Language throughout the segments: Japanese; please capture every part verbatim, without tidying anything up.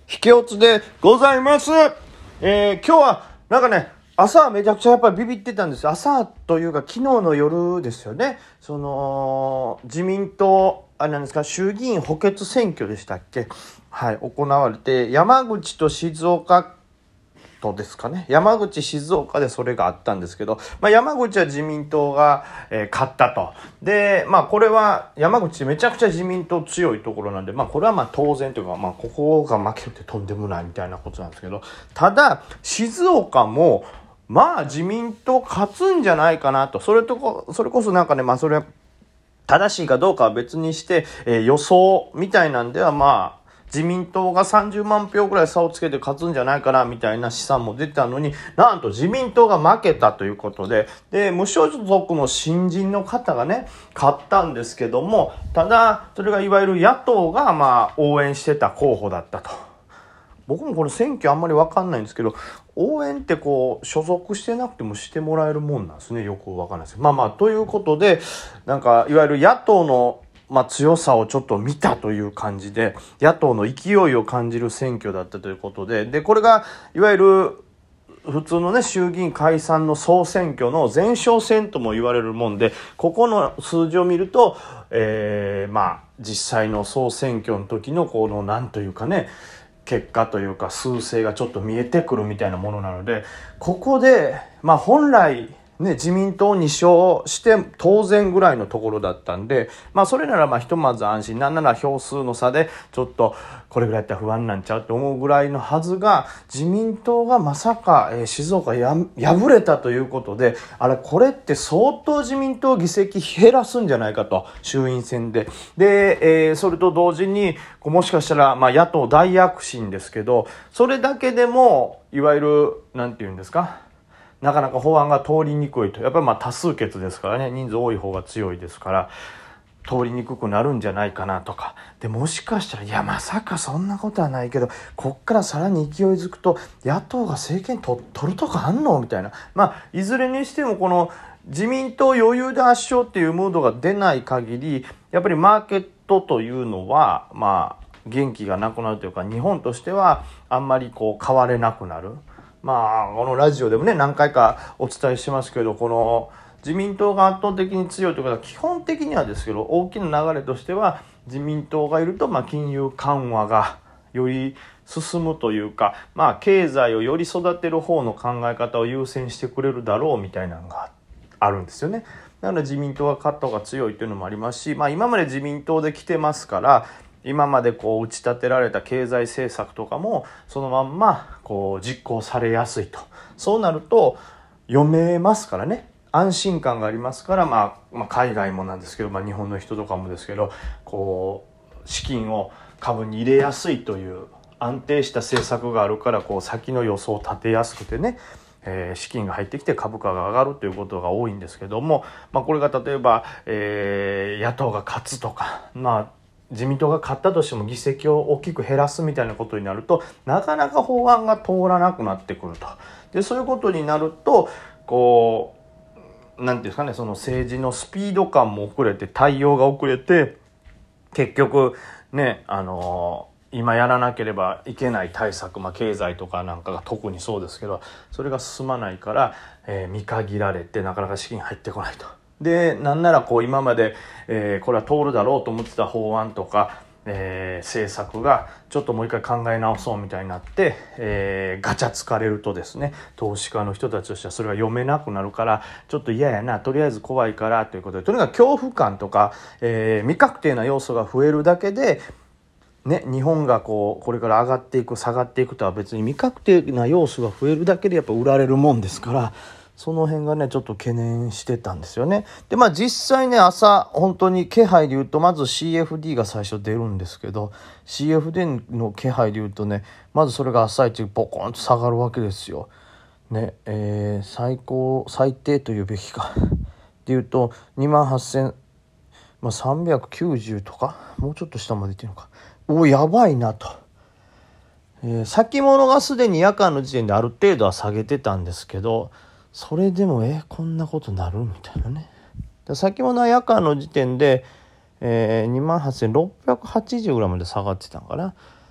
引き落ちでございます。えー、今日はなんかね、朝はめちゃくちゃやっぱりビビってたんです。朝というか昨日の夜ですよね。その自民党あれなんですか、衆議院補欠選挙でしたっけ、はい、行われて、山口と静岡とですかね、山口静岡でそれがあったんですけど、まあ、山口は自民党が、えー、勝ったと。でまあこれは山口めちゃくちゃ自民党強いところなんで、まあこれはまあ当然というか、まあここが負けるってとんでもないみたいなことなんですけど、ただ静岡もまあ自民党勝つんじゃないかなと。それとこそれこそなんかね、まあそれは正しいかどうかは別にして、えー、予想みたいなんではまあ自民党がさんじゅうまんひょうぐらい差をつけて勝つんじゃないかなみたいな試算も出てたのに、なんと自民党が負けたということで、で無所属の新人の方がね勝ったんですけども、ただそれがいわゆる野党がまあ応援してた候補だったと。僕もこれ選挙あんまり分かんないんですけど、応援ってこう所属してなくてもしてもらえるもんなんですね。よく分かんないです。まあまあということで、なんかいわゆる野党のまあ、強さをちょっと見たという感じで、野党の勢いを感じる選挙だったということで、でこれがいわゆる普通のね衆議院解散の総選挙の前哨戦とも言われるもんで、ここの数字を見ると、えー、まあ実際の総選挙の時のこのなんというかね、結果というか数勢がちょっと見えてくるみたいなものなので、ここでまあ本来ね、自民党に勝して当然ぐらいのところだったんで、まあそれならまあひとまず安心、なんなら票数の差でちょっとこれぐらいやったら不安なんちゃうって思うぐらいのはずが、自民党がまさか、えー、静岡や敗れたということで、あれこれって相当自民党議席減らすんじゃないかと、衆院選で。で、えー、それと同時にこうもしかしたらまあ野党大躍進ですけど、それだけでもいわゆるなんていうんですか、なかなか法案が通りにくいと。やっぱりまあ多数決ですからね、人数多い方が強いですから通りにくくなるんじゃないかなとか。でもしかしたら、いやまさかそんなことはないけど、こっからさらに勢いづくと野党が政権と取るとかあんのみたいな。まあいずれにしてもこの自民党余裕で圧勝っていうムードが出ない限り、やっぱりマーケットというのはまあ元気がなくなるというか、日本としてはあんまりこう変われなくなる。まあこのラジオでもね何回かお伝えしてますけど、この自民党が圧倒的に強いということは基本的にはですけど、大きな流れとしては自民党がいるとまあ金融緩和がより進むというか、まあ経済をより育てる方の考え方を優先してくれるだろうみたいなのがあるんですよね。だから自民党が勝った方が強いというのもありますし、まあ今まで自民党で来てますから、今までこう打ち立てられた経済政策とかもそのまんまこう実行されやすいと。そうなると読めますからね、安心感がありますから、まあ、まあ海外もなんですけど、まあ、日本の人とかもですけど、こう資金を株に入れやすいという安定した政策があるから、こう先の予想を立てやすくてね、えー、資金が入ってきて株価が上がるということが多いんですけども、まあ、これが例えば、えー、野党が勝つとか、まあ自民党が勝ったとしても議席を大きく減らすみたいなことになると、なかなか法案が通らなくなってくると。でそういうことになると、こうなんていうんですかね、その政治のスピード感も遅れて、対応が遅れて、結局ね、あのー、今やらなければいけない対策、まあ、経済とかなんかが特にそうですけど、それが進まないから、えー、見限られてなかなか資金入ってこないと。でなんならこう今まで、えー、これは通るだろうと思ってた法案とか、えー、政策がちょっともう一回考え直そうみたいになって、えー、ガチャつかれるとですね、投資家の人たちとしてはそれが読めなくなるから、ちょっと嫌やな、とりあえず怖いからということで、とにかく恐怖感とか、えー、未確定な要素が増えるだけでね、日本がこうこれから上がっていく下がっていくとは別に未確定な要素が増えるだけでやっぱ売られるもんですから、その辺がねちょっと懸念してたんですよね。でまあ実際ね、朝本当に気配で言うとまず シーエフディー が最初出るんですけど、 シーエフディー の気配で言うとね、まずそれが朝一ポコンと下がるわけですよね。えー、最高最低というべきかでいうとにまんはっせん、まあ、さんびゃくきゅうじゅうとかもうちょっと下までいってるのか、おやばいなと。えー、先物がすでに夜間の時点である程度は下げてたんですけど、それでもえこんなことなるみたいなね。先物は夜間の時点で、えー、にまんはっせんろっぴゃくはちじゅうぐらいまで下がってたのかな。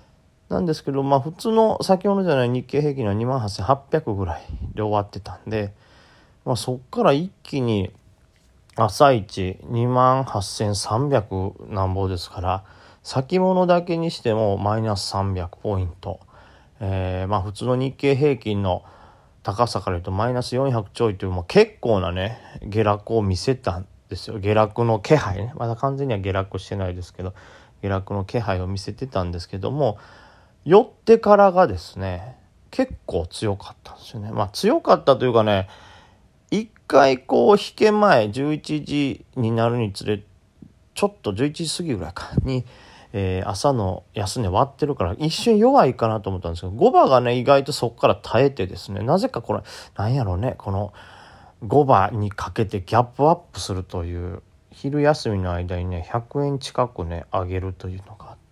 なんですけど、まあ普通の先物じゃない日経平均はにまんはっせんはっぴゃくぐらいで終わってたんで、まあ、そっから一気に朝一にまんはっせんさんびゃくなんぼですから、先物だけにしてもマイナスさんびゃくポイント、えー、まあ普通の日経平均の高さから言うとマイナスよんひゃくちょいという、もう結構なね下落を見せたんですよ。下落の気配ね、まだ完全には下落してないですけど、下落の気配を見せてたんですけども、寄ってからがですね結構強かったんですよね。まあ強かったというかね、一回こう引け前じゅういちじになるにつれ、ちょっとじゅういちじ過ぎぐらいかに、えー、朝の安値割ってるから一瞬弱いかなと思ったんですけど、ごばがね意外とそこから耐えてですね、なぜかこれなんやろうね、このごばにかけてギャップアップするという、昼休みの間にねひゃくえん近くね上げるというのがあって、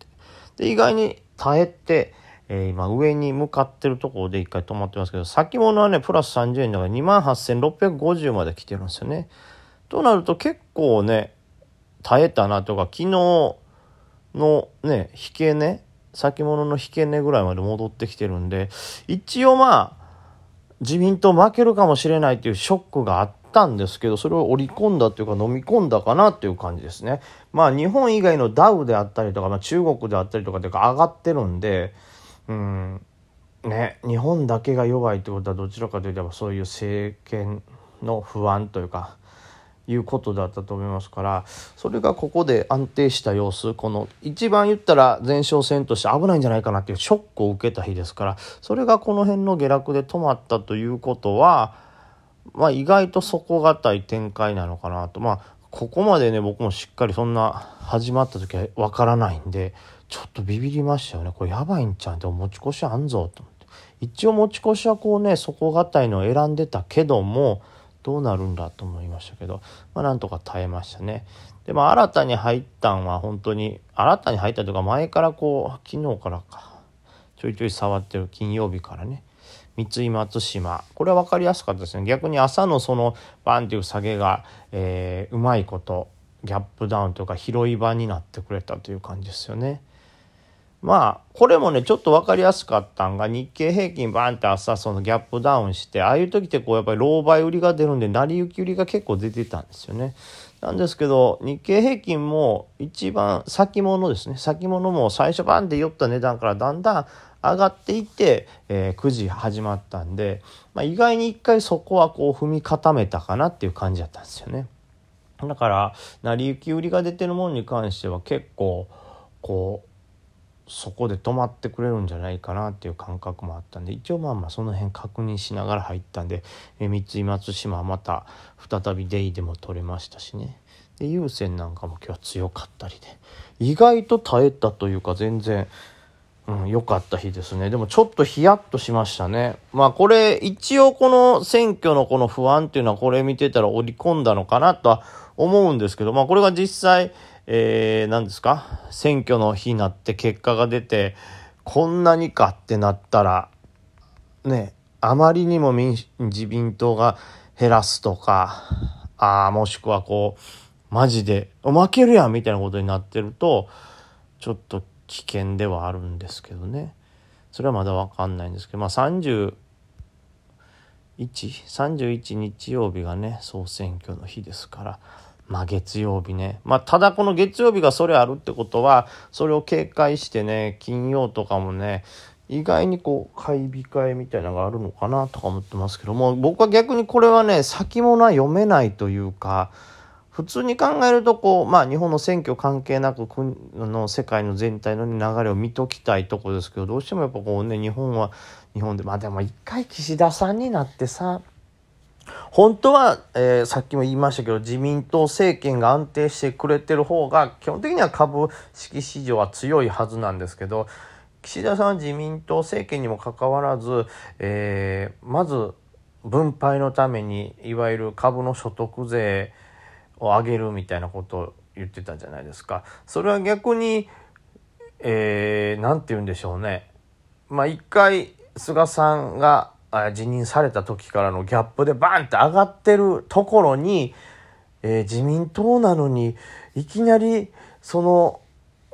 で意外に耐えて、えー、今上に向かってるところで一回止まってますけど、先物はねプラスさんじゅうえんだからにまんはっせんろっぴゃくごじゅうまで来てるんですよね。となると結構ね耐えたなとか、昨日のね引け値、先物の引け値ぐらいまで戻ってきてるんで、一応まあ自民党負けるかもしれないというショックがあったんですけど、それを織り込んだというか飲み込んだかなという感じですね。まあ日本以外のダウであったりとか、まあ、中国であったりとかというか上がってるんで、うんね、日本だけが弱いということはどちらかというとそういう政権の不安というかいうことだったと思いますから、それがここで安定した様子、この一番言ったら前哨戦として危ないんじゃないかなっていうショックを受けた日ですから、それがこの辺の下落で止まったということは、まあ意外と底堅い展開なのかなと。まあここまでね僕もしっかりそんな始まった時はわからないんで、ちょっとビビりましたよね。これやばいんちゃうん、でも持ち越しあんぞと思って、一応持ち越しはこうね底堅いのを選んでたけどもどうなるんだと思いましたけど、まあ、なんとか耐えましたね。でまあ新たに入ったんは本当に新たに入ったというか、前からこう昨日からかちょいちょい触ってる金曜日からね、三井松島、これは分かりやすかったですね。逆に朝のそのバンっていう下げが、えー、うまいことギャップダウンというか拾い場になってくれたという感じですよね。まあこれもねちょっと分かりやすかったんが、日経平均バーンって朝そのギャップダウンして、ああいう時ってこうやっぱり狼狽売りが出るんで成り行き売りが結構出てたんですよね。なんですけど日経平均も一番先物ですね、先物も最初バンって寄った値段からだんだん上がっていって、えー、くじ始まったんで、まあ、意外に一回そこはこう踏み固めたかなっていう感じだったんですよね。だから成り行き売りが出てるものに関しては結構こうそこで止まってくれるんじゃないかなっていう感覚もあったんで、一応まあまあその辺確認しながら入ったんで、え三井松島はまた再びデイでも取れましたしね。で優先なんかも今日は強かったりで、意外と耐えたというか全然うん、良かった日ですね。でもちょっとヒヤッとしましたね。まあこれ一応この選挙のこの不安っていうのはこれ見てたら織り込んだのかなとは思うんですけど、まあこれが実際、えー、何ですか、選挙の日になって結果が出てこんなにかってなったらね、あまりにも民自民党が減らすとか、あもしくはこうマジで負けるやんみたいなことになってるとちょっと危険ではあるんですけどね。それはまだ分かんないんですけど、まあさんじゅういち、さんじゅういち日曜日がね総選挙の日ですから、まあ月曜日ね、まあただこの月曜日がそれあるってことはそれを警戒してね、金曜とかもね意外にこう買い控えみたいなのがあるのかなとか思ってますけども、僕は逆にこれはね先物は読めないというか、普通に考えるとこう、まあ、日本の選挙関係なく国の世界の全体の流れを見ときたいところですけど、どうしてもやっぱこうね日本は日本で、まあでも一回岸田さんになってさ、本当は、えー、さっきも言いましたけど自民党政権が安定してくれてる方が基本的には株式市場は強いはずなんですけど、岸田さんは自民党政権にもかかわらず、えー、まず分配のためにいわゆる株の所得税を上げるみたいなことを言ってたじゃないですか。それは逆に、えー、なんて言うんでしょうね。まあ一回菅さんが辞任された時からのギャップでバーンって上がってるところに、えー、自民党なのにいきなりその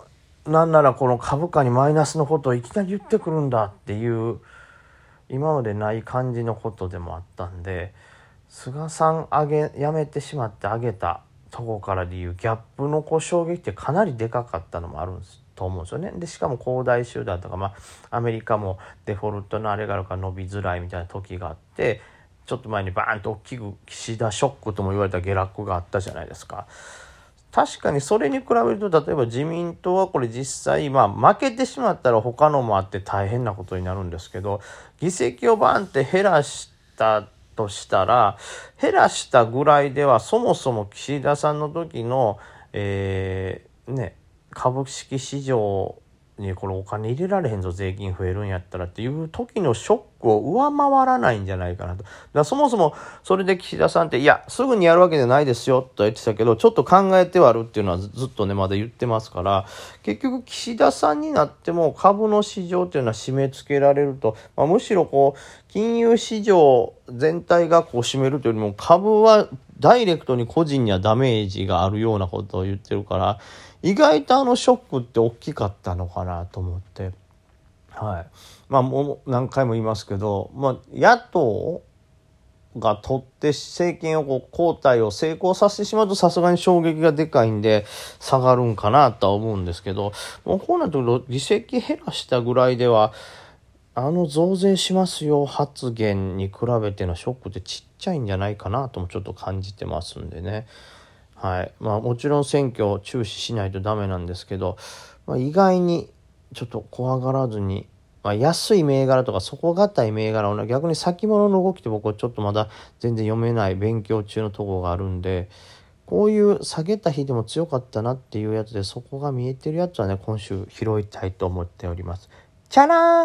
なんならこの株価にマイナスのことをいきなり言ってくるんだっていう今までない感じのことでもあったんで、菅さん上げやめてしまって上げたとこからでいうギャップのこう衝撃ってかなりでかかったのもあるんですと思うんですよね。でしかも恒大集団とか、まあ、アメリカもデフォルトのあれがあるから伸びづらいみたいな時があって、ちょっと前にバーンと大きく岸田ショックとも言われた下落があったじゃないですか。確かにそれに比べると、例えば自民党はこれ実際、まあ負けてしまったら他のもあって大変なことになるんですけど、議席をバーンって減らしたとしたら、減らしたぐらいではそもそも岸田さんの時の、えー、ね、株式市場にこれお金入れられへんぞ、税金増えるんやったらっていう時のショックを上回らないんじゃないかなと。だからそもそもそれで岸田さんって、いやすぐにやるわけじゃないですよと言ってたけど、ちょっと考えてはあるっていうのはずっとねまだ言ってますから、結局岸田さんになっても株の市場っていうのは締め付けられると、まあ、むしろこう金融市場全体がこう占めるというよりも、株はダイレクトに個人にはダメージがあるようなことを言ってるから、意外とあのショックって大きかったのかなと思って、はい、まあもう何回も言いますけど、まあ、野党が取って政権をこう交代を成功させてしまうとさすがに衝撃がでかいんで下がるんかなとは思うんですけど、もうこうなると議席減らしたぐらいではあの増税しますよ発言に比べてのショックってちっちゃいんじゃないかなともちょっと感じてますんでね。はい、まあもちろん選挙を注視しないとダメなんですけど、まあ、意外にちょっと怖がらずに、まあ、安い銘柄とか底堅い銘柄を逆に先物の動きって僕はちょっとまだ全然読めない勉強中のところがあるんで、こういう下げた日でも強かったなっていうやつでそこが見えてるやつはね今週拾いたいと思っております。チャラーン。